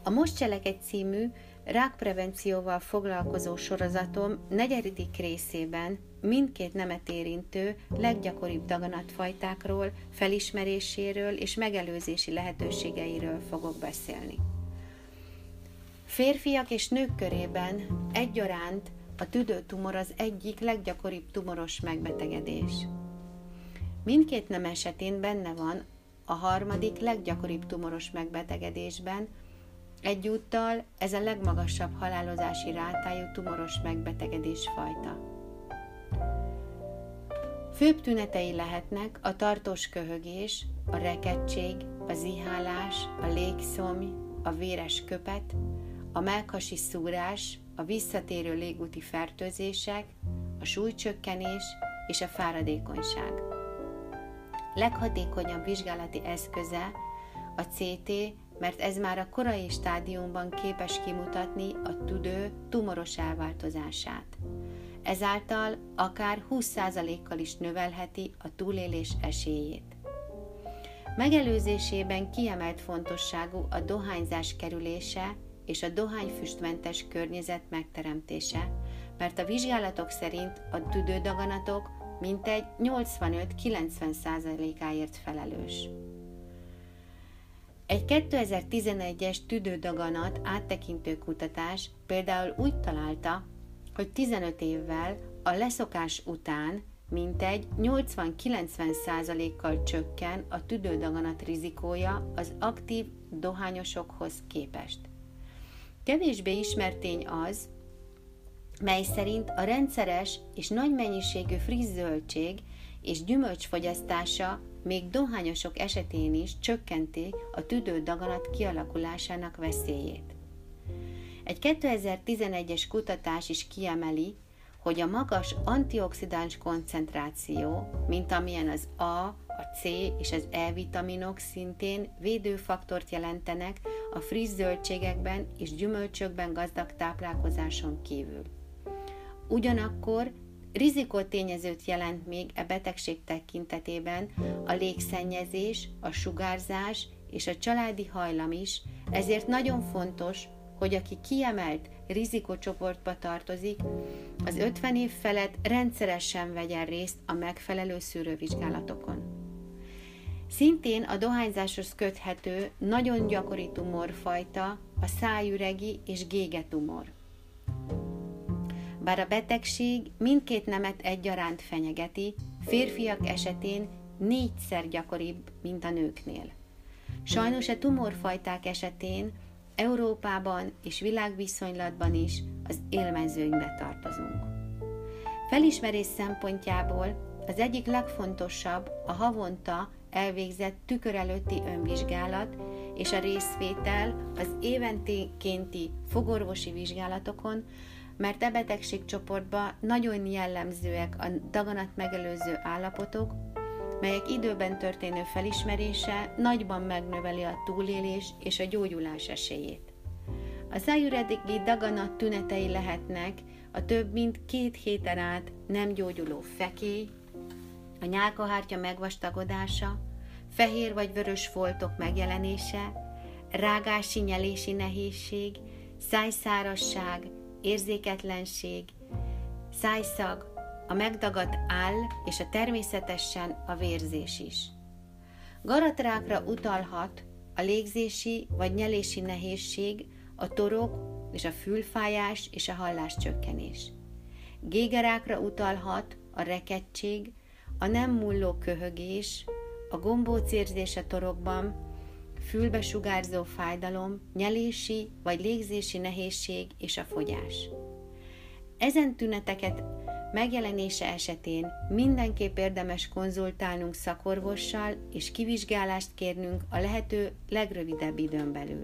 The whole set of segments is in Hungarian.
A Most cselekedj című rákprevencióval foglalkozó sorozatom 4. részében mindkét nemet érintő leggyakoribb daganatfajtákról, felismeréséről és megelőzési lehetőségeiről fogok beszélni. Férfiak és nők körében egyaránt a tüdőtumor az egyik leggyakoribb tumoros megbetegedés. Mindkét nem esetén benne van a 3. leggyakoribb tumoros megbetegedésben, egyúttal ez a legmagasabb halálozási rátájú tumoros megbetegedésfajta. Főbb tünetei lehetnek a tartós köhögés, a rekettség, a zihálás, a légszomj, a véres köpet, a mellkasi szúrás, a visszatérő légúti fertőzések, a súlycsökkenés és a fáradékonyság. Leghatékonyabb vizsgálati eszköze a CT, mert ez már a korai stádiumban képes kimutatni a tüdő tumoros elváltozását. Ezáltal akár 20%-kal is növelheti a túlélés esélyét. Megelőzésében kiemelt fontosságú a dohányzás kerülése és a dohányfüstmentes környezet megteremtése, mert a vizsgálatok szerint a tüdődaganatok mintegy 85-90%-áért felelős. Egy 2011-es tüdődaganat áttekintő kutatás például úgy találta, hogy 15 évvel a leszokás után mintegy 80-90%-kal csökken a tüdődaganat rizikója az aktív dohányosokhoz képest. Kevésbé ismert tény az, mely szerint a rendszeres és nagy mennyiségű friss zöldség és gyümölcs fogyasztása még dohányosok esetén is csökkenti a tüdődaganat kialakulásának veszélyét. Egy 2011-es kutatás is kiemeli, hogy a magas antioxidáns koncentráció, mint amilyen az A, a C és az E vitaminok szintén védőfaktort jelentenek a friss zöldségekben és gyümölcsökben gazdag táplálkozáson kívül. Ugyanakkor rizikótényezőt jelent még e betegség tekintetében a légszennyezés, a sugárzás és a családi hajlam is, ezért nagyon fontos, hogy aki kiemelt rizikócsoportba tartozik, az 50 év felett rendszeresen vegyen részt a megfelelő szűrővizsgálatokon. Szintén a dohányzáshoz köthető nagyon gyakori tumorfajta a szájüregi és gégetumor. Bár a betegség mindkét nemet egyaránt fenyegeti, férfiak esetén 4-szer gyakoribb, mint a nőknél. Sajnos a tumorfajták esetén Európában és világviszonylatban is az élmezőnybe tartozunk. Felismerés szempontjából az egyik legfontosabb a havonta elvégzett tükör előtti önvizsgálat és a részvétel az évenkénti fogorvosi vizsgálatokon, mert e betegségcsoportban nagyon jellemzőek a daganat megelőző állapotok, melyek időben történő felismerése nagyban megnöveli a túlélés és a gyógyulás esélyét. A szájüregi daganat tünetei lehetnek a több mint 2 héten át nem gyógyuló fekély, a nyálkahártya megvastagodása, fehér vagy vörös foltok megjelenése, rágási, nyelési nehézség, szájszárazság, érzéketlenség, szájszag, a megdagadt áll és a természetesen a vérzés is. Garatrákra utalhat a légzési vagy nyelési nehézség, a torok és a fülfájás és a halláscsökkenés. Gégerákra utalhat a rekettség, a nem mulló köhögés, a gombócérzés a torokban, fülbe sugárzó fájdalom, nyelési vagy légzési nehézség és a fogyás. Ezen tüneteket megjelenése esetén mindenképp érdemes konzultálnunk szakorvossal és kivizsgálást kérnünk a lehető legrövidebb időn belül.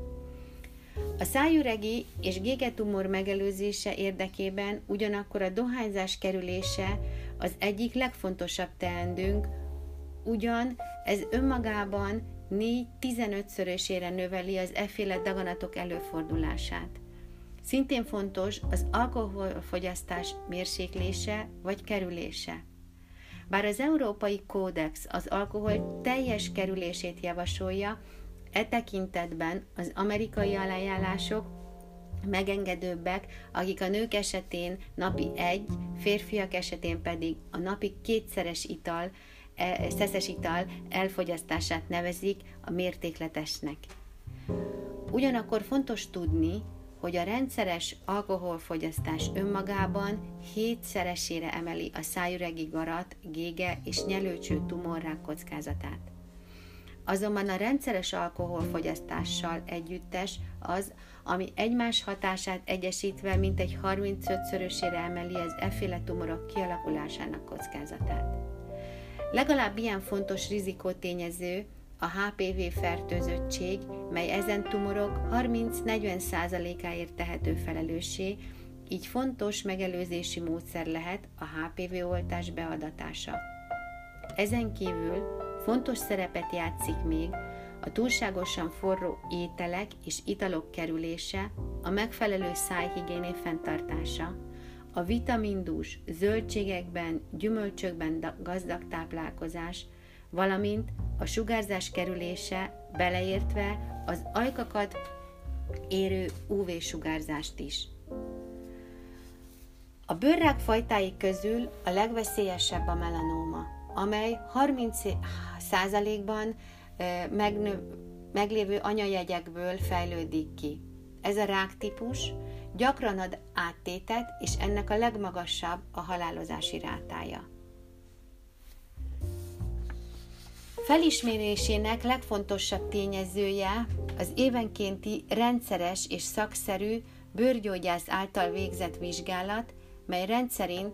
A szájüregi és gégetumor megelőzése érdekében ugyanakkor a dohányzás kerülése az egyik legfontosabb teendőnk, ugyan ez önmagában 4-15-szörösére növeli az efféle daganatok előfordulását. Szintén fontos az alkoholfogyasztás mérséklése vagy kerülése. Bár az Európai Kódex az alkohol teljes kerülését javasolja, E tekintetben az amerikai ajánlások megengedőbbek, akik a nők esetén napi 1, férfiak esetén pedig a napi 2 szeszes ital elfogyasztását nevezik a mértékletesnek. Ugyanakkor fontos tudni, hogy a rendszeres alkoholfogyasztás önmagában 7-szeresére emeli a szájüregi garat, gége és nyelőcső tumorrák kockázatát. Azonban a rendszeres alkoholfogyasztással együttes az, ami egymás hatását egyesítve mintegy 35-szörösére emeli az efféle tumorok kialakulásának kockázatát. Legalább ilyen fontos rizikótényező a HPV-fertőzöttség, mely ezen tumorok 30-40%-áért tehető felelőssé, így fontos megelőzési módszer lehet a HPV-oltás beadatása. Ezen kívül fontos szerepet játszik még a túlságosan forró ételek és italok kerülése, a megfelelő szájhigiéné fenntartása, a vitamindús zöldségekben, gyümölcsökben gazdag táplálkozás, valamint a sugárzás kerülése, beleértve az ajkakat érő UV-sugárzást is. A bőrrák fajtái közül a legveszélyesebb a melanóma, amely 30%-ban meglévő anyajegyekből fejlődik ki. Ez a ráktípus gyakran ad áttétet, és ennek a legmagasabb a halálozási rátája. Felismerésének legfontosabb tényezője az évenkénti rendszeres és szakszerű bőrgyógyász által végzett vizsgálat, mely rendszerint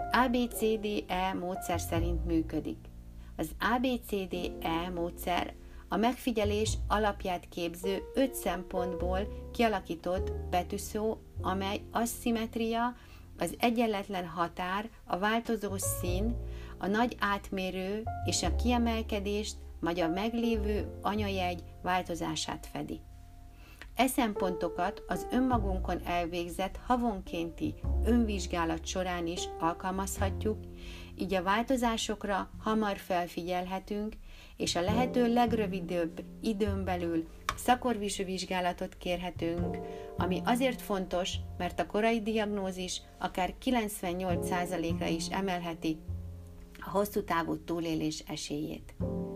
ABCDE módszer szerint működik. Az ABCDE módszer a megfigyelés alapját képző 5 szempontból kialakított betűszó, amely aszimmetria, az egyenletlen határ, a változó szín, a nagy átmérő és a kiemelkedést, vagy a meglévő anyajegy változását fedi. E szempontokat az önmagunkon elvégzett havonkénti önvizsgálat során is alkalmazhatjuk, így a változásokra hamar felfigyelhetünk, és a lehető legrövidebb időn belül szakorvosi vizsgálatot kérhetünk, ami azért fontos, mert a korai diagnózis akár 98%-ra is emelheti a hosszú távú túlélés esélyét.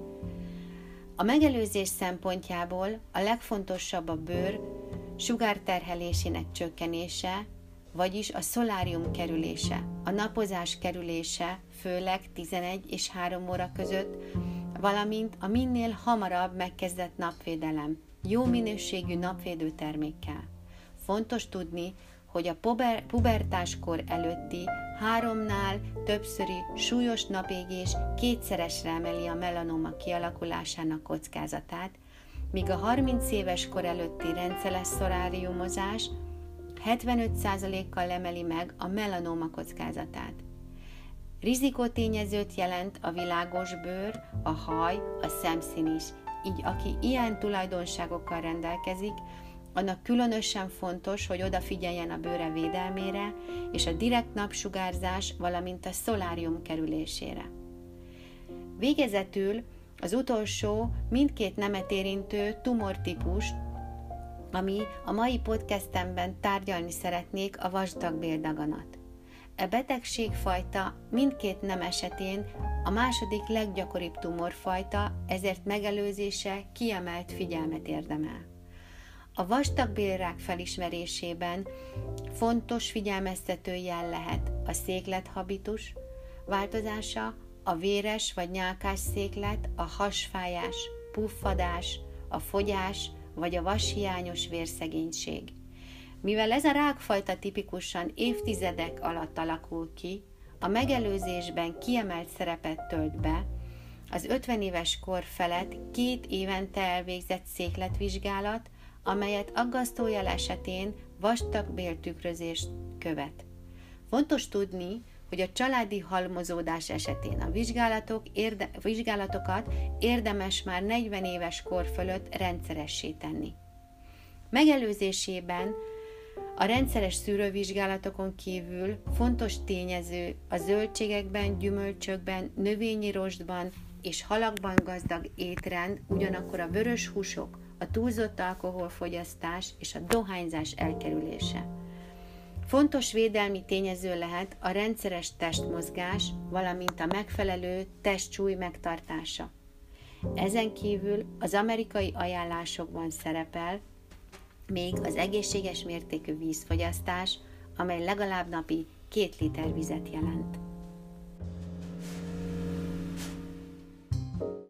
A megelőzés szempontjából a legfontosabb a bőr sugárterhelésének csökkenése, vagyis a szolárium kerülése, a napozás kerülése, főleg 11 és 3 óra között, valamint a minél hamarabb megkezdett napvédelem, jó minőségű napvédő termékkel. Fontos tudni, hogy a pubertáskor előtti 3-nál többszöri súlyos napégés 2-szeresre emeli a melanóma kialakulásának kockázatát, míg a 30 éves kor előtti rendszeres szoláriumozás 75%-kal emeli meg a melanóma kockázatát. Rizikótényezőt jelent a világos bőr, a haj, a szemszín is, így aki ilyen tulajdonságokkal rendelkezik, annak különösen fontos, hogy odafigyeljen a bőre védelmére és a direkt napsugárzás, valamint a szolárium kerülésére. Végezetül az utolsó, mindkét nemet érintő tumortípus, ami a mai podcastemben tárgyalni szeretnék, a vastagbéldaganat. E betegségfajta mindkét nem esetén a második leggyakoribb tumorfajta, ezért megelőzése kiemelt figyelmet érdemel. A vastagbélrák felismerésében fontos figyelmeztető jel lehet a széklethabitus változása, a véres vagy nyálkás széklet, a hasfájás, puffadás, a fogyás vagy a vashiányos vérszegénység. Mivel ez a rákfajta tipikusan évtizedek alatt alakul ki, a megelőzésben kiemelt szerepet tölt be az 50 éves kor felett 2 évente elvégzett székletvizsgálat, amelyet aggasztó jel esetén vastagbéltükrözést követ. Fontos tudni, hogy a családi halmozódás esetén a vizsgálatokat érdemes már 40 éves kor fölött rendszeressé tenni. Megelőzésében a rendszeres szűrővizsgálatokon kívül fontos tényező a zöldségekben, gyümölcsökben, növényi rostban és halakban gazdag étrend, ugyanakkor a vörös húsok, a túlzott alkoholfogyasztás és a dohányzás elkerülése. Fontos védelmi tényező lehet a rendszeres testmozgás, valamint a megfelelő testsúly megtartása. Ezen kívül az amerikai ajánlásokban szerepel még az egészséges mértékű vízfogyasztás, amely legalább napi 2 liter vizet jelent.